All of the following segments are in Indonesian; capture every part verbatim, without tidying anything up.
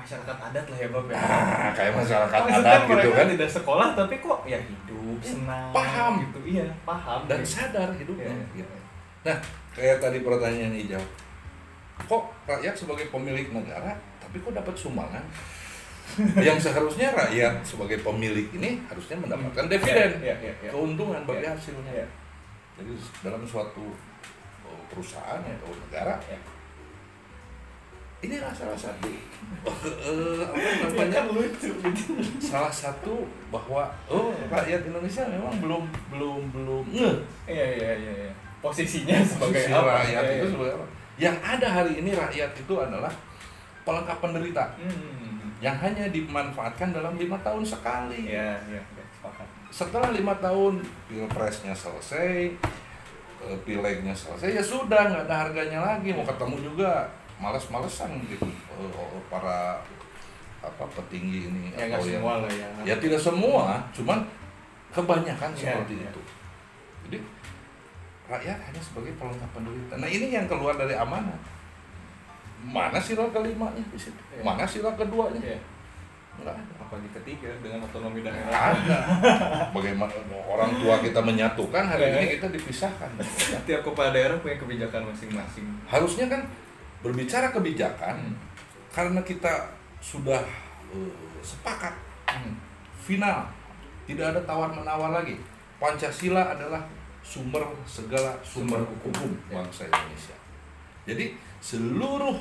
masyarakat adat lah ya Bob ya. Ah, kayak masyarakat Maksudnya adat gitu mereka kan. tidak sekolah tapi kok ya hidup senang. Paham gitu. Iya, paham dan gitu. sadar hidupnya. Iya. Gitu. Nah, kayak tadi pertanyaan Ijal. Kok rakyat sebagai pemilik negara tapi kok dapat sumbangan? Yang seharusnya rakyat sebagai pemilik ini harusnya mendapatkan dividen, ya, ya, ya, ya. keuntungan bagi ya, hasilnya. ya. Jadi dalam suatu perusahaan ya. atau negara, ya. Ini salah satu uh, apa namanya? Ya, lucu, lucu. Salah satu bahwa oh rakyat Indonesia memang belum belum belum ngeh. Iya iya iya. Ya. Posisinya sebagai Posisi apa? Rakyat ya, itu ya. sebagai apa? Yang ada hari ini rakyat itu adalah pelengkap penderita. Hmm. Yang hanya dimanfaatkan dalam lima tahun sekali. Ya, ya, ya, sepakat. Setelah lima tahun pilpresnya selesai, pilegnya selesai, ya sudah nggak ada harganya lagi. Mau ketemu juga males-malesan gitu para apa petinggi ini. Ya nggak semua lah ya. Ya tidak semua, cuman kebanyakan ya, seperti ya. itu. Jadi rakyat hanya sebagai pelengkap penderita. Nah ini yang keluar dari amanah. Mana sila kelimanya di situ? Ya. Mana sila keduanya? Ya. Enggak ada. Apalagi ketiga dengan otonomi daerah. Ada. Bagaimana orang tua kita menyatukan, hari ya. Ini kita dipisahkan. Setiap kepala daerah punya kebijakan masing-masing. Harusnya kan berbicara kebijakan hmm. karena kita sudah uh, sepakat hmm. final, tidak ada tawar-menawar lagi. Pancasila adalah sumber segala sumber, sumber hukum bangsa Indonesia. Jadi seluruh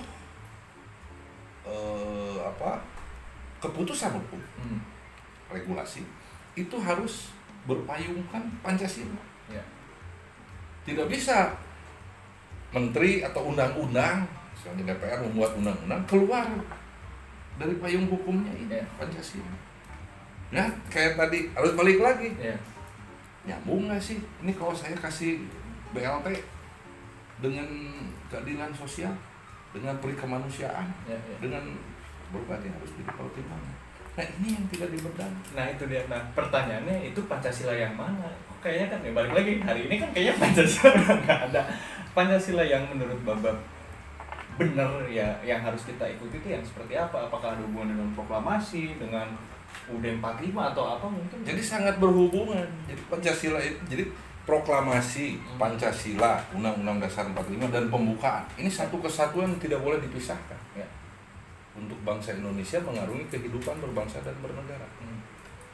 eh, apa keputusan hukum, hmm. regulasi itu harus berpayungkan Pancasila. Ya. Tidak bisa menteri atau undang-undang, misalnya D P R membuat undang-undang keluar dari payung hukumnya ini ya. Pancasila. Nah, kayak tadi harus balik lagi. Ya. Nyambung nggak sih? Ini kalau saya kasih B L T dengan keadilan sosial, dengan peri kemanusiaan, ya, ya. Dengan berbagai harus dipertimbangkan. Nah ini yang tidak dibedakan. Nah itu dia. Nah pertanyaannya itu Pancasila yang mana? Kayaknya kan ya balik lagi hari ini kan kayaknya Pancasila nggak ada. Pancasila yang menurut Babak benar ya yang harus kita ikuti itu yang seperti apa? Apakah ada hubungan dengan proklamasi, dengan U U D empat puluh lima atau apa mungkin? Jadi sangat berhubungan. Jadi Pancasila itu jadi proklamasi Pancasila, Undang-Undang Dasar empat puluh lima dan pembukaan. Ini satu kesatuan tidak boleh dipisahkan. Ya. Untuk bangsa Indonesia mengarungi kehidupan berbangsa dan bernegara. Hmm.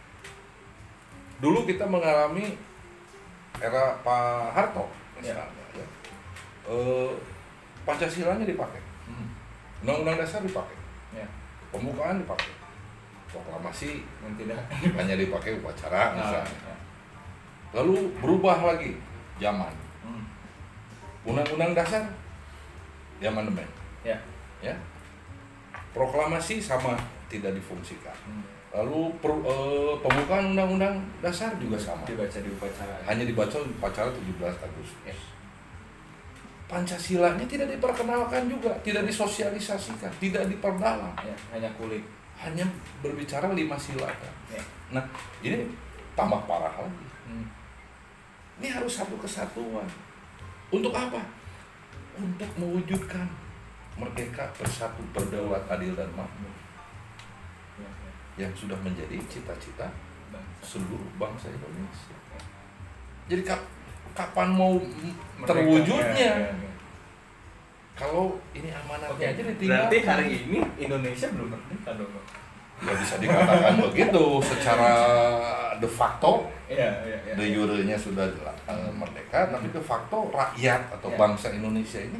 Dulu kita mengalami era Pak Harto, misalnya. Ya. Ya. E, Pancasilanya dipakai, hmm. Undang-Undang Dasar dipakai, ya. Pembukaan dipakai, proklamasi yang tidak hanya dipakai upacara, misalnya. Nah, ya. Lalu berubah lagi zaman. Hmm. Undang-Undang Dasar di amandemen. Ya. Ya. Proklamasi sama tidak difungsikan. Hmm. Lalu per, e, pembukaan Undang-Undang Dasar juga sama. Dibaca di upacara. Hanya dibaca di upacara tujuh belas Agustus. Ya. Pancasilanya tidak diperkenalkan juga, tidak disosialisasikan, tidak diperdalam. Ya, hanya kulit. Hanya berbicara lima sila. Ya. Nah, ini tambah parah lagi. Hmm. Ini harus satu kesatuan. Untuk apa? Untuk mewujudkan merdeka, bersatu, berdaulat, adil dan makmur. Ya, ya. Yang sudah menjadi cita-cita seluruh bangsa Indonesia. Ya. Jadi kap- kapan mau merdeka, terwujudnya? Ya, ya, ya. Kalau ini amanatnya okay. aja ditinggalkan. Berarti hari ini Indonesia belum merdeka dong? Ya bisa dikatakan begitu secara de facto, ya, ya, ya, de jure-nya sudah uh, merdeka, tapi de facto rakyat atau ya. Bangsa Indonesia ini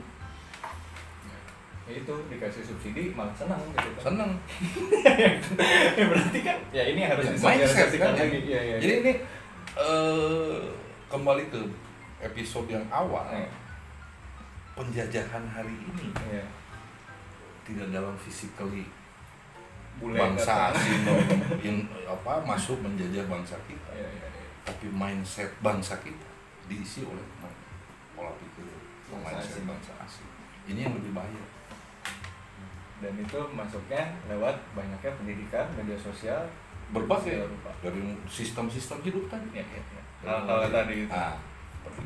ya itu dikasih subsidi malah senang gitu kan. Senang. Ya berarti kan ya ini harus ya, disosialisasikan kan, lagi. Ya, ya, Jadi ya. ini uh, kembali ke episode yang awal. Ya. Penjajahan hari ini ya. Tidak dalam physically Bule bangsa asing yang apa masuk menjajah bangsa kita, ya, ya, ya. Tapi mindset bangsa kita diisi oleh pola pikir mindset bangsa asing. Ini yang lebih bahaya. Dan itu masuknya lewat banyaknya pendidikan, media sosial, berbagai dari sistem-sistem hidup tadi. Ya, ya, ya. Hal-hal tadi itu. Ah,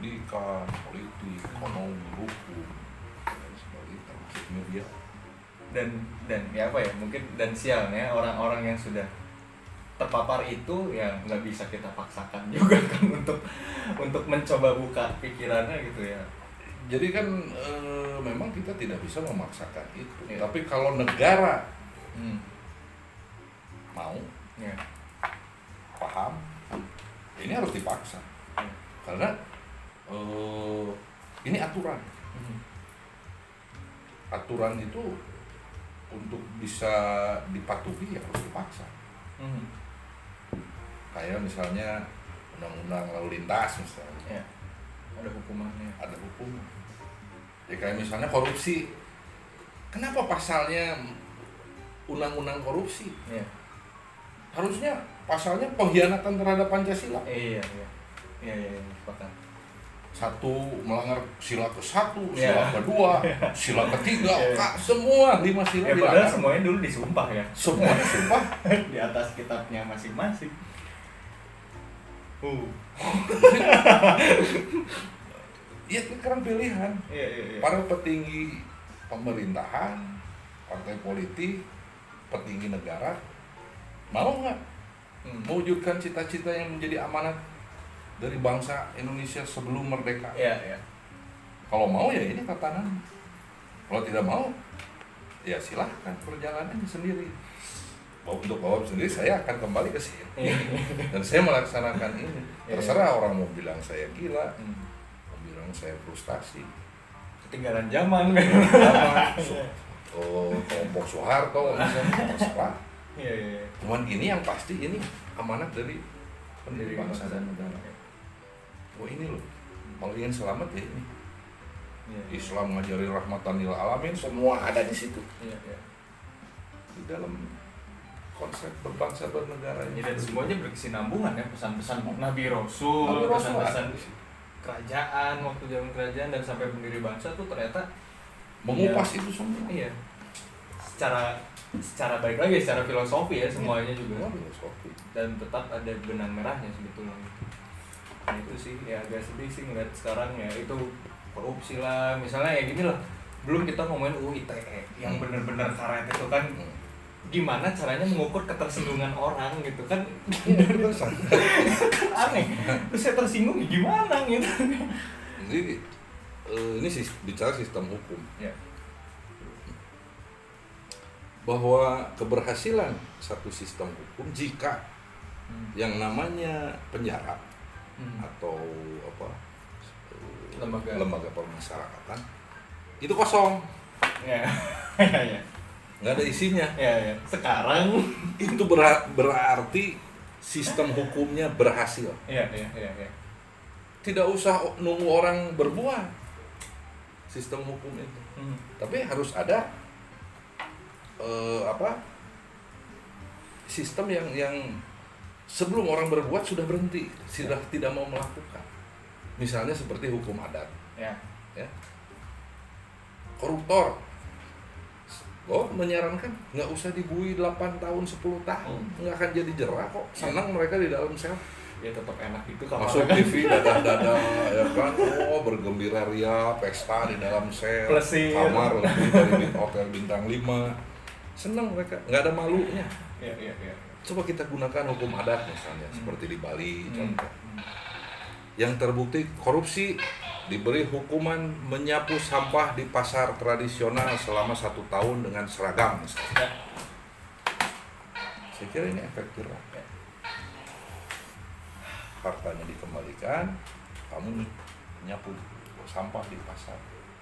pendidikan, politik, ekonomi, hukum, dan sebagainya termasuk media. dan dan ya apa ya mungkin dan sialnya orang-orang yang sudah terpapar itu ya nggak bisa kita paksakan juga kan untuk untuk mencoba buka pikirannya gitu ya. Jadi kan e, memang kita tidak bisa memaksakan itu. Ya. Tapi kalau negara hmm. mau, ya. paham, ini harus dipaksa. Ya. Karena e, ini aturan. Hmm. Aturan itu untuk bisa dipatuhi ya harus dipaksa. Hmm. Kayak misalnya undang-undang lalu lintas misalnya. Ya. Ada hukumannya. Ada hukuman. Ya kayak misalnya korupsi. Kenapa pasalnya undang-undang korupsi? Ya. Harusnya pasalnya pengkhianatan terhadap Pancasila. Iya, iya. Iya, iya, iya. Sepakat. Satu melanggar sila ke satu, ya. Sila kedua, sila ketiga, ya. Kak, semua lima sila. Ya, padahal semuanya dulu disumpah ya. Semua disumpah di atas kitabnya masing-masing. Uh. Ya sekarang pilihan. Iya, iya, iya. Para petinggi pemerintahan, partai politik, petinggi negara mau nggak hmm. mewujudkan cita-cita yang menjadi amanat dari bangsa Indonesia sebelum merdeka? Iya, iya. Kalau mau ya ini tatanan. Kalau tidak mau, ya silahkan perjalanannya sendiri. Untuk Bawab sendiri saya akan kembali ke sini dan saya melaksanakan ini. Terserah orang mau bilang saya gila, hmm. mau bilang saya frustasi, ketinggalan zaman, zaman oh, kelompok Soeharto, misalnya terserah. Ya, ya, ya. Cuman ini yang pasti ini amanat dari pendiri bangsa dan negara. Oh ini loh, kalau ingin selamat ya ini. Ya, ya. Islam ngajari rahmatan lil alamin, semua ada di situ. Ya, ya. Di dalam konsep berbangsa bernegara ini. Ya, dan semuanya berkesinambungan ya, pesan-pesan Nabi Rasul, pesan-pesan kerajaan waktu zaman kerajaan dan sampai pendiri bangsa tuh ternyata mengupas ya, itu semua. Iya. Secara secara baik lagi secara filosofi ya semuanya ya, juga. Filosofi. Dan tetap ada benang merahnya sebetulnya. Nah, itu sih ya agak sedih sih ngeliat sekarang ya itu korupsi lah, misalnya ya gini lah. Belum kita ngomongin U U I T E yang hmm. bener-bener karet itu kan. Hmm. Gimana caranya mengukur ketersinggungan orang gitu kan kan aneh terus saya tersinggung gimana gitu. Jadi ini sih bicara sistem hukum ya. Bahwa keberhasilan satu sistem hukum jika hmm. yang namanya penjara hmm. atau apa lembaga lembaga pemasyarakatan itu kosong ya ya nggak ada isinya. Ya, ya. Sekarang itu ber- berarti sistem hukumnya berhasil. Ya, ya, ya, ya. Tidak usah nunggu orang berbuat sistem hukum itu. Hmm. Tapi harus ada uh, apa? Sistem yang yang sebelum orang berbuat sudah berhenti, sudah ya. Tidak mau melakukan. Misalnya seperti hukum adat. Ya. Ya. Koruptor Oh menyarankan nggak usah dibui delapan tahun sepuluh tahun hmm. nggak akan jadi jerah kok, senang mereka di dalam sel ya tetap enak gitu masuk kan. T V dadah-dadah ya kan, oh bergembira ria pesta di dalam sel Plesir. Kamar lebih dari hotel bintang lima, senang mereka nggak ada malunya. Ya, ya, ya. Coba kita gunakan hukum adat misalnya hmm. seperti di Bali hmm. contoh yang terbukti korupsi diberi hukuman menyapu sampah di pasar tradisional selama satu tahun dengan seragam misalnya. Saya kira ini efek jerah. Hartanya dikembalikan, kamu nyapu sampah di pasar.